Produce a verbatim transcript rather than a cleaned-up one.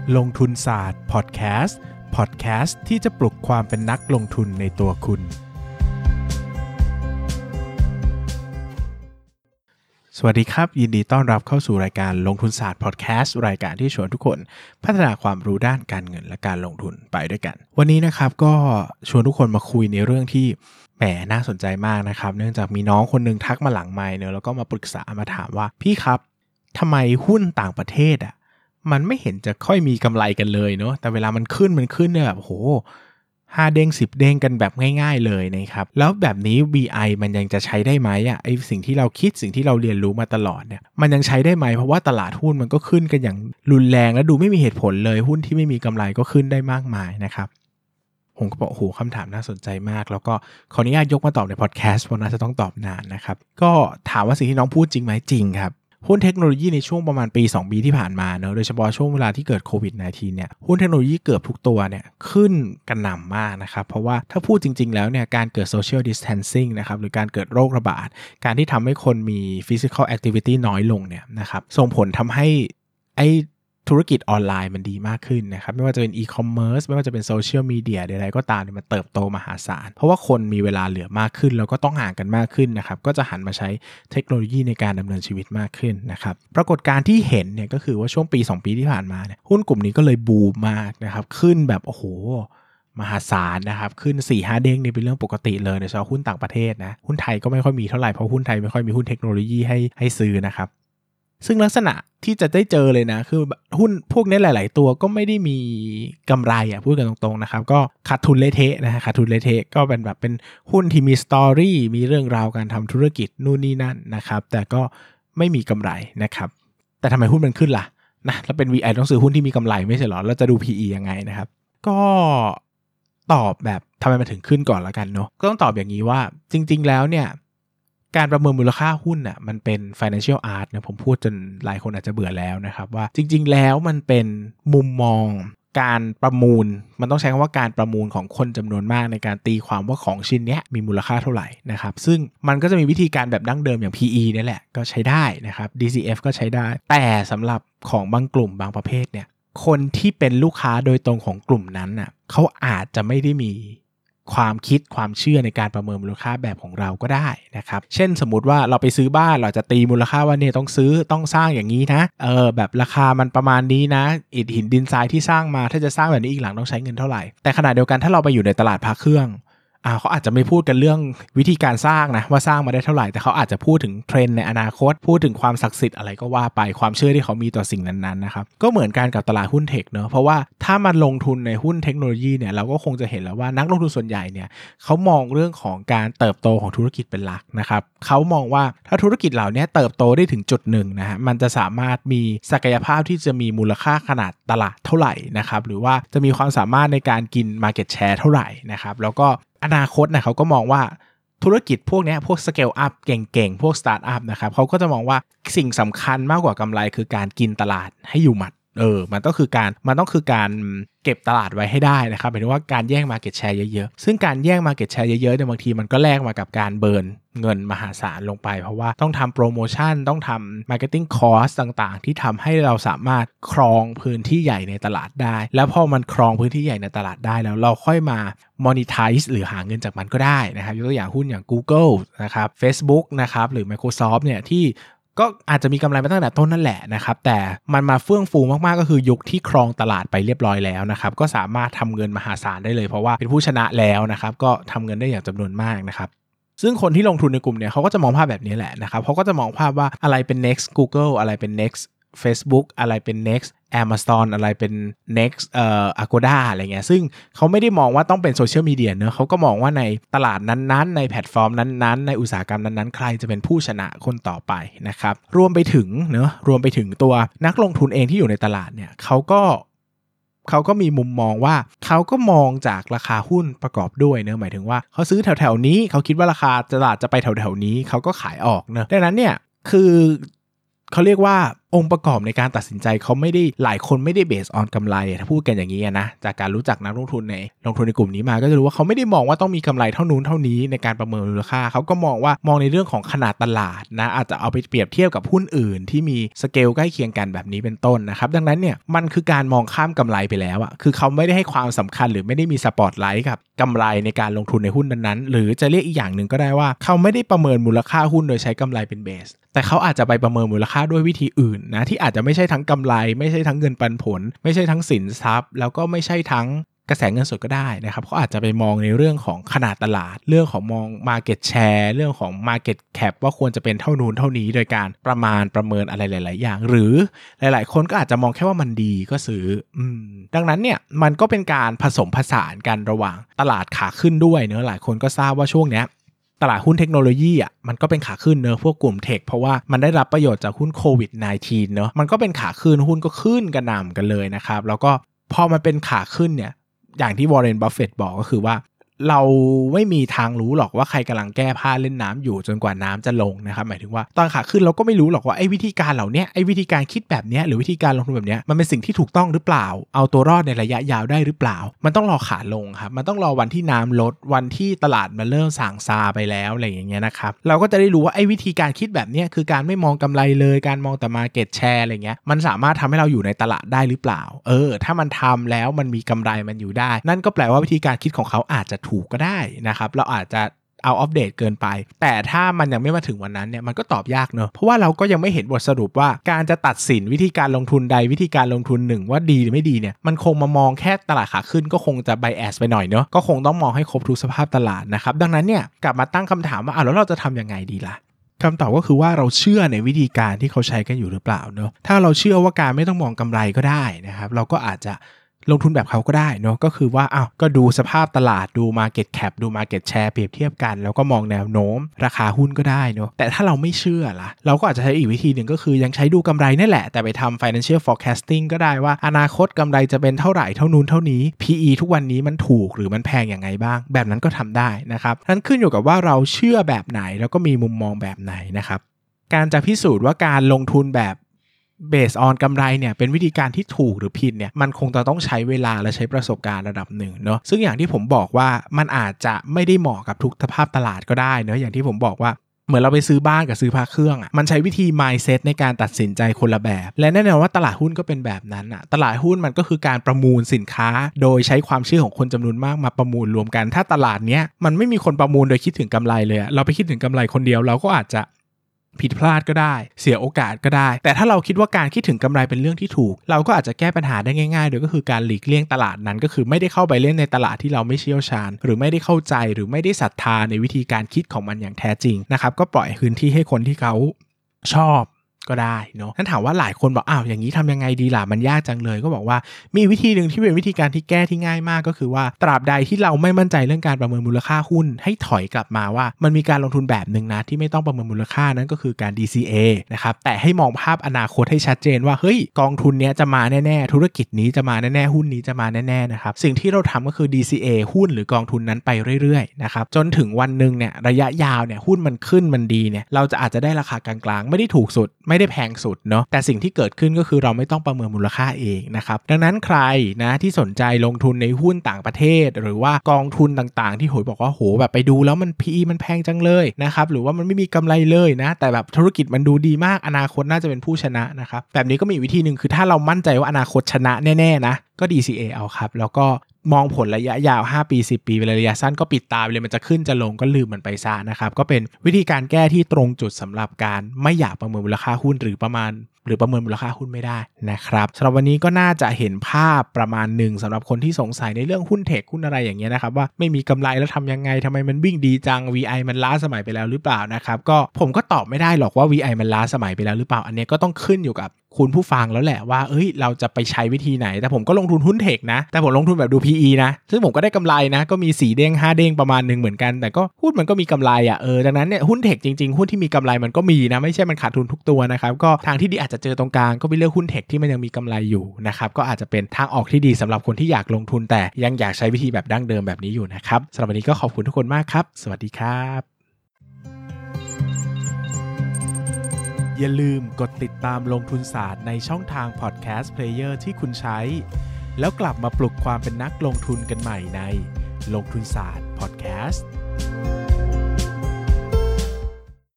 ลงทุนศาสตร์พอดแคสต์พอดแคสต์ที่จะปลุกความเป็นนักลงทุนในตัวคุณสวัสดีครับยินดีต้อนรับเข้าสู่รายการลงทุนศาสตร์พอดแคสต์รายการที่ชวนทุกคนพัฒนาความรู้ด้านการเงินและการลงทุนไปด้วยกันวันนี้นะครับก็ชวนทุกคนมาคุยในเรื่องที่แหมน่าสนใจมากนะครับเนื่องจากมีน้องคนนึงทักมาหลังไมค์เนอะแล้วก็มาปรึกษามาถามว่าพี่ครับทำไมหุ้นต่างประเทศอ่ะมันไม่เห็นจะค่อยมีกำไรกันเลยเนอะแต่เวลามันขึ้นมันขึ้นเนี่ยแบบโหห้าเด้งสิบเด้งกันแบบง่ายๆเลยนะครับแล้วแบบนี้ วี ไอ มันยังจะใช้ได้ไหมอ่ะไอสิ่งที่เราคิดสิ่งที่เราเรียนรู้มาตลอดเนี่ยมันยังใช้ได้ไหมเพราะว่าตลาดหุ้นมันก็ขึ้นกันอย่างรุนแรงและดูไม่มีเหตุผลเลยหุ้นที่ไม่มีกำไรก็ขึ้นได้มากมายนะครับผมก็บอกโอ้โหคำถามน่าสนใจมากแล้วก็ขออนุญาตยกมาตอบในพอดแคสต์เพราะน่าจะต้องตอบนานนะครับก็ถามว่าสิ่งที่น้องพูดจริงไหมจริงครับหุ้นเทคโนโลยีในช่วงประมาณปีสองปีที่ผ่านมาเนอะโดยเฉพาะช่วงเวลาที่เกิดโควิด สิบเก้า เนี่ยหุ้นเทคโนโลยีเกือบทุกตัวเนี่ยขึ้นกระหน่ำมากนะครับเพราะว่าถ้าพูดจริงๆแล้วเนี่ยการเกิด social distancing นะครับหรือการเกิดโรคระบาดการที่ทำให้คนมี physical activity น้อยลงเนี่ยนะครับส่งผลทำให้ไอธุรกิจออนไลน์มันดีมากขึ้นนะครับไม่ว่าจะเป็นอีคอมเมิร์ซไม่ว่าจะเป็นโซเชียลมีเดียใดๆก็ตามเนี่ยมันเติบโตมหาศาลเพราะว่าคนมีเวลาเหลือมากขึ้นแล้วก็ต้องห่างกันมากขึ้นนะครับก็จะหันมาใช้เทคโนโลยีในการดำเนินชีวิตมากขึ้นนะครับปรากฏการณ์ที่เห็นเนี่ยก็คือว่าช่วงปีสองปีที่ผ่านมาเนี่ยหุ้นกลุ่มนี้ก็เลยบูมมากนะครับขึ้นแบบโอ้โหมหาศาลนะครับขึ้น สี่ห้า เด้งนี่เป็นเรื่องปกติเลยโดยเฉพาะหุ้นต่างประเทศนะหุ้นไทยก็ไม่ค่อยมีเท่าไหร่เพราะหุ้นไทยไม่ค่อยมีหุ้นเทคโนโลยีให้ให้ซื้อนะครับซึ่งลักษณะที่จะได้เจอเลยนะคือหุ้นพวกนี้หลายๆตัวก็ไม่ได้มีกำไรอ่ะพูดกันตรงๆนะครับก็ขาดทุนเละเทะนะฮะขาดทุนเละเทะก็เป็นแบบเป็นหุ้นที่มีสตอรี่มีเรื่องราวการทำธุรกิจนู่นนี่นั่นนะครับแต่ก็ไม่มีกำไรนะครับแต่ทำไมหุ้นมันขึ้นล่ะนะแล้วเป็น วี ไอ ต้องซื้อหุ้นที่มีกำไรไม่ใช่หรอแล้วจะดู พี อี ยังไงนะครับก็ตอบแบบทำไมมันถึงขึ้นก่อนละกันเนาะก็ต้องตอบอย่างนี้ว่าจริงๆแล้วเนี่ยการประเมินมูลค่าหุ้นน่ะมันเป็น financial art นะผมพูดจนหลายคนอาจจะเบื่อแล้วนะครับว่าจริงๆแล้วมันเป็นมุมมองการประมูลมันต้องใช้คำว่าการประมูลของคนจำนวนมากในการตีความว่าของชิ้นนี้มีมูลค่าเท่าไหร่นะครับซึ่งมันก็จะมีวิธีการแบบดั้งเดิมอย่าง พี อี นี่แหละก็ใช้ได้นะครับ ดี ซี เอฟ ก็ใช้ได้แต่สำหรับของบางกลุ่มบางประเภทเนี่ยคนที่เป็นลูกค้าโดยตรงของกลุ่มนั้นน่ะเขาอาจจะไม่ได้มีความคิดความเชื่อในการประเมินมูลค่าแบบของเราก็ได้นะครับเช่นสมมุติว่าเราไปซื้อบ้านเราจะตีมูลค่าว่าเนี่ยต้องซื้อต้องสร้างอย่างนี้นะเออแบบราคามันประมาณนี้นะอิฐหินดินทรายที่สร้างมาถ้าจะสร้างแบบนี้อีกหลังต้องใช้เงินเท่าไหร่แต่ขณะเดียวกันถ้าเราไปอยู่ในตลาดพระเครื่องอ่าเขาอาจจะไม่พูดกันเรื่องวิธีการสร้างนะว่าสร้างมาได้เท่าไหร่แต่เขาอาจจะพูดถึงเทรนด์ในอนาคตพูดถึงความศักดิ์สิทธิ์อะไรก็ว่าไปความเชื่อที่เขามีต่อสิ่งนั้นๆนะครับก็เหมือนกันกับตลาดหุ้นเทคเนอะเพราะว่าถ้ามันลงทุนในหุ้นเทคโนโลยีเนี่ยเราก็คงจะเห็นแล้วว่านักลงทุนส่วนใหญ่เนี่ยเขามองเรื่องของการเติบโตของธุรกิจเป็นหลักนะครับเขามองว่าถ้าธุรกิจเหล่านี้เติบโตได้ถึงจุดหนึ่งนะฮะมันจะสามารถมีศักยภาพที่จะมีมูลค่าขนาดตลาดเท่าไหร่นะครับหรือว่าจะมีความสามารถในการกิน market share เท่าไหร่นะครับแล้วก็อนาคตนะเขาก็มองว่าธุรกิจพวกนี้พวก scale up เก่งๆพวก start up นะครับเขาก็จะมองว่าสิ่งสำคัญมากกว่ากำไรคือการกินตลาดให้อยู่หมัดเออมันต้องคือการมันต้องคือการเก็บตลาดไว้ให้ได้นะครับหมายถึงว่าการแย่ง market share เยอะๆซึ่งการแย่ง market share เยอะๆเนี่ยบางทีมันก็แลกมากับการเบิร์นเงินมหาศาลลงไปเพราะว่าต้องทำโปรโมชั่นต้องทำ marketing cost ต่างๆที่ทำให้เราสามารถครองพื้นที่ใหญ่ในตลาดได้แล้วพอมันครองพื้นที่ใหญ่ในตลาดได้แล้วเราค่อยมา monetize หรือหาเงินจากมันก็ได้นะครับยกตัวอย่างหุ้นอย่าง Google นะครับ Facebook นะครับหรือ Microsoft เนี่ยที่ก็อาจจะมีกำไรมาตั้งแต่ต้นนั่นแหละนะครับแต่มันมาเฟื่องฟูมากๆก็คือยุคที่ครองตลาดไปเรียบร้อยแล้วนะครับก็สามารถทำเงินมหาศาลได้เลยเพราะว่าเป็นผู้ชนะแล้วนะครับก็ทำเงินได้อย่างจำนวนมากนะครับซึ่งคนที่ลงทุนในกลุ่มเนี่ยเขาก็จะมองภาพแบบนี้แหละนะครับเขาก็จะมองภาพว่าอะไรเป็น next Google อะไรเป็น next Facebook อะไรเป็น next Amazon อะไรเป็น next เอ่อ Agoda อะไรเงี้ยซึ่งเขาไม่ได้มองว่าต้องเป็นโซเชียลมีเดียเนอะเขาก็มองว่าในตลาดนั้นๆในแพลตฟอร์มนั้นๆในอุตสาหกรรมนั้นๆใครจะเป็นผู้ชนะคนต่อไปนะครับรวมไปถึงเนอะรวมไปถึงตัวนักลงทุนเองที่อยู่ในตลาดเนี่ยเขาก็เขาก็มีมุมมองว่าเขาก็มองจากราคาหุ้นประกอบด้วยเนอะหมายถึงว่าเขาซื้อแถวๆนี้เขาคิดว่าราคาตลาดจะไปแถวๆนี้เขาก็ขายออกเนอะดังนั้นเนี่ยคือเขาเรียกว่าองค์ประกอบในการตัดสินใจเขาไม่ได้หลายคนไม่ได้เบสออนกำไรถ้าพูดกันอย่างนี้นะจากการรู้จักนักลงทุนในลงทุนในกลุ่มนี้มาก็จะรู้ว่าเขาไม่ได้มองว่าต้องมีกำไรเท่านู้นเท่านี้ในการประเมินมูลค่าเขาก็มองว่ามองในเรื่องของขนาดตลาดนะอาจจะเอาไปเปรียบเทียบกับหุ้นอื่นที่มีสเกลใกล้เคียงกันแบบนี้เป็นต้นนะครับดังนั้นเนี่ยมันคือการมองข้ามกำไรไปแล้วอะคือเขาไม่ได้ให้ความสำคัญหรือไม่ได้มีสปอตไลท์กับกำไรในการลงทุนในหุ้นนั้นๆหรือจะเรียกอีกอย่างหนึ่งก็ได้ว่าเขาไม่ได้ประเมินมูลค่าหุ้นโดยใช้กำไรเป็นเบสแต่เขาอาจจะไปประเมินมูลค่าด้วยวิธีอื่นนะที่อาจจะไม่ใช่ทั้งกำไรไม่ใช่ทั้งเงินปันผลไม่ใช่ทั้งสินทรัพย์แล้วก็ไม่ใช่ทั้งกระแสเงินสดก็ได้นะครับเขาอาจจะไปมองในเรื่องของขนาดตลาดเรื่องของมอง market share เรื่องของ market cap ว่าควรจะเป็นเท่านู้นเท่านี้โดยการประมาณประเมินอะไรหลายๆอย่างหรือหลายๆคนก็อาจจะมองแค่ว่ามันดีก็ซื้ออืมดังนั้นเนี่ยมันก็เป็นการผสมผสานกันระหว่างตลาดขาขึ้นด้วยเนอะหลายคนก็ทราบว่าช่วงเนี้ยตลาดหุ้นเทคโนโลยีอ่ะมันก็เป็นขาขึ้นเนอะพวกกลุ่มเทคเพราะว่ามันได้รับประโยชน์จากหุ้นโควิด สิบเก้า เนอะมันก็เป็นขาขึ้นหุ้นก็ขึ้นกระหน่ำกันเลยนะครับแล้วก็พอมันเป็นขาขึ้นเนี่ยอย่างที่วอร์เรน บัฟเฟตต์บอกก็คือว่าเราไม่มีทางรู้หรอกว่าใครกำลังแก้ผ้าเล่นน้ำอยู่จนกว่าน้ำจะลงนะครับหมายถึงว่าตอนขาขึ้นเราก็ไม่รู้หรอกว่าไอ้วิธีการเหล่านี้ไอ้วิธีการคิดแบบนี้หรือวิธีการลงทุนแบบนี้มันเป็นสิ่งที่ถูกต้องหรือเปล่าเอาตัวรอดในระยะยาวได้หรือเปล่ามันต้องรอขาลงครับมันต้องรอวันที่น้ำลดวันที่ตลาดมันเริ่มส่างซาไปแล้วอะไรอย่างเงี้ยนะครับเราก็จะได้รู้ว่าไอ้วิธีการคิดแบบนี้คือการไม่มองกำไรเลยการมองแต่ market share อะไรเงี้ยมันสามารถทำให้เราอยู่ในตลาดได้หรือเปล่าเออถ้ามันทำแล้วมันมีกำไรมันอยู่ได้นั่นก็แปลว่าวิธีการคิดของเขาอาจจะถูกก็ได้นะครับเราอาจจะเอาอัปเดตเกินไปแต่ถ้ามันยังไม่มาถึงวันนั้นเนี่ยมันก็ตอบยากเนอะเพราะว่าเราก็ยังไม่เห็นบทสรุปว่าการจะตัดสินวิธีการลงทุนใดวิธีการลงทุนหนึ่งว่าดีหรือไม่ดีเนี่ยมันคงมามองแค่ตลาดขาขึ้นก็คงจะไบแอสไปหน่อยเนอะก็คงต้องมองให้ครบทุกสภาพตลาดนะครับดังนั้นเนี่ยกลับมาตั้งคำถามว่าอ่ะแล้วเราจะทำยังไงดีล่ะคำตอบก็คือว่าเราเชื่อในวิธีการที่เขาใช้กันอยู่หรือเปล่าเนอะถ้าเราเชื่อว่าการไม่ต้องมองกำไรก็ได้นะครับเราก็อาจจะลงทุนแบบเขาก็ได้เนาะก็คือว่าอ้าวก็ดูสภาพตลาดดู market cap ดู market share เปรียบเทียบกันแล้วก็มองแนวโน้มราคาหุ้นก็ได้เนาะแต่ถ้าเราไม่เชื่อล่ะเราก็อาจจะใช้อีกวิธีหนึ่งก็คือยังใช้ดูกำไรนี่แหละแต่ไปทำ financial forecasting ก็ได้ว่าอนาคตกำไรจะเป็นเท่าไหร่เท่านู้นเท่านี้ พี อี ทุกวันนี้มันถูกหรือมันแพงอย่างไงบ้างแบบนั้นก็ทำได้นะครับนั่นขึ้นอยู่กับว่าเราเชื่อแบบไหนแล้วก็มีมุมมองแบบไหนนะครับการจะพิสูจน์ว่าการลงทุนแบบเบสออนกำไรเนี่ยเป็นวิธีการที่ถูกหรือผิดเนี่ยมันคงจะต้องใช้เวลาและใช้ประสบการณ์ระดับหนึ่งเนาะซึ่งอย่างที่ผมบอกว่ามันอาจจะไม่ได้เหมาะกับทุกสภาพตลาดก็ได้เนาะอย่างที่ผมบอกว่าเหมือนเราไปซื้อบ้านกับซื้อพระเครื่องอ่ะมันใช้วิธี mindset ในการตัดสินใจคนละแบบและแน่นอนว่าตลาดหุ้นก็เป็นแบบนั้นอ่ะตลาดหุ้นมันก็คือการประมูลสินค้าโดยใช้ความเชื่อของคนจำนวนมากมาประมูลรวมกันถ้าตลาดเนี้ยมันไม่มีคนประมูลโดยคิดถึงกำไรเลยเราไปคิดถึงกำไรคนเดียวเราก็อาจจะผิดพลาดก็ได้เสียโอกาสก็ได้แต่ถ้าเราคิดว่าการคิดถึงกำไรเป็นเรื่องที่ถูกเราก็อาจจะแก้ปัญหาได้ง่ายๆโดยก็คือการหลีกเลี่ยงตลาดนั้นก็คือไม่ได้เข้าไปเล่นในตลาดที่เราไม่เชี่ยวชาญหรือไม่ได้เข้าใจหรือไม่ได้ศรัทธาในวิธีการคิดของมันอย่างแท้จริงนะครับก็ปล่อยพื้นที่ให้คนที่เขาชอบก็ได้เนาะท่านถามว่าหลายคนบอกอ้าวอย่างนี้ทำยังไงดีล่ะมันยากจังเลยก็บอกว่ามีวิธีหนึ่งที่เป็นวิธีการที่แก้ที่ง่ายมากก็คือว่าตราบใดที่เราไม่มั่นใจเรื่องการประเมินมูลค่าหุ้นให้ถอยกลับมาว่ามันมีการลงทุนแบบนึงนะที่ไม่ต้องประเมินมูลค่านั้นก็คือการ ดี ซี เอ นะครับแต่ให้มองภาพอนาคตให้ชัดเจนว่าเฮ้ยกองทุนนี้จะมาแน่ๆธุรกิจนี้จะมาแน่ๆหุ้นนี้จะมาแน่ๆนะครับสิ่งที่เราทำก็คือ ดี ซี เอ หุ้นหรือกองทุนนั้นไปเรื่อยๆนะครับจนถึงวันนึงเนี่ยระยะยาวเนี่ยหุ้นมันขึ้นมันดีเนี่ยเราจะอาจจะได้ราคากลางๆไม่ได้ถูกสุดไม่ได้แพงสุดเนาะแต่สิ่งที่เกิดขึ้นก็คือเราไม่ต้องประเมินมูลค่าเองนะครับดังนั้นใครนะที่สนใจลงทุนในหุ้นต่างประเทศหรือว่ากองทุนต่างๆที่โหยบอกว่าโหแบบไปดูแล้วมัน พี อี มันแพงจังเลยนะครับหรือว่ามันไม่มีกำไรเลยนะแต่แบบธุรกิจมันดูดีมากอนาคตน่าจะเป็นผู้ชนะนะครับแบบนี้ก็มีวิธีนึงคือถ้าเรามั่นใจว่าอนาคตชนะแน่ๆนะก็ ดี ซี เอ เอาครับแล้วก็มองผลระยะยาวห้าปีสิบปีเวลาระยะสั้นก็ปิดตาไปเลยมันจะขึ้นจะลงก็ลืมมันไปซะนะครับก็เป็นวิธีการแก้ที่ตรงจุดสำหรับการไม่อยากประเมินมูลค่าหุ้นหรือประมาณหรือประเมินมูลค่าหุ้นไม่ได้นะครับสำหรับวันนี้ก็น่าจะเห็นภาพประมาณหนึ่งสำหรับคนที่สงสัยในเรื่องหุ้นเทคหุ้นอะไรอย่างเงี้ยนะครับว่าไม่มีกำไรแล้วทำยังไงทำไมมันวิ่งดีจัง วี ไอ มันล้าสมัยไปแล้วหรือเปล่านะครับก็ผมก็ตอบไม่ได้หรอกว่า วี ไอ มันล้าสมัยไปแล้วหรือเปล่าอันนี้ก็ต้องขึ้นอยู่กับคุณผู้ฟังแล้วแหละว่าเอ้ยเราจะไปใช้วิธีไหนแต่ผมก็ลงทุนหุ้นเทคนะแต่ผมลงทุนแบบดู พี อี นะซึ่งผมก็ได้กำไรนะก็มีสี่เด้งห้าเด้งประมาณนึงเหมือนกันแต่ก็หุ้นมันก็มีกำไรอ่ะเออดังนั้นเนี่ยหุ้นเทคจริงๆหุ้นที่มีกำไรมันก็มีนะไม่ใช่มันขาดทุนทุกตัวนะครับก็ทางที่ดีอาจจะเจอตรงกลางก็ไปเลือกหุ้นเทคที่มันยังมีกำไรอยู่นะครับก็อาจจะเป็นทางออกที่ดีสำหรับคนที่อยากลงทุนแต่ยังอยากใช้วิธีแบบดั้งเดิมแบบนี้อยู่นะครับสำหรับวันนี้ก็ขอบคุณทุกคนมากครับสวัสดีครับอย่าลืมกดติดตามลงทุนศาสตร์ในช่องทางพอดแคสต์เพลเยอร์ที่คุณใช้แล้วกลับมาปลุกความเป็นนักลงทุนกันใหม่ในลงทุนศาสตร์พอดแคสต์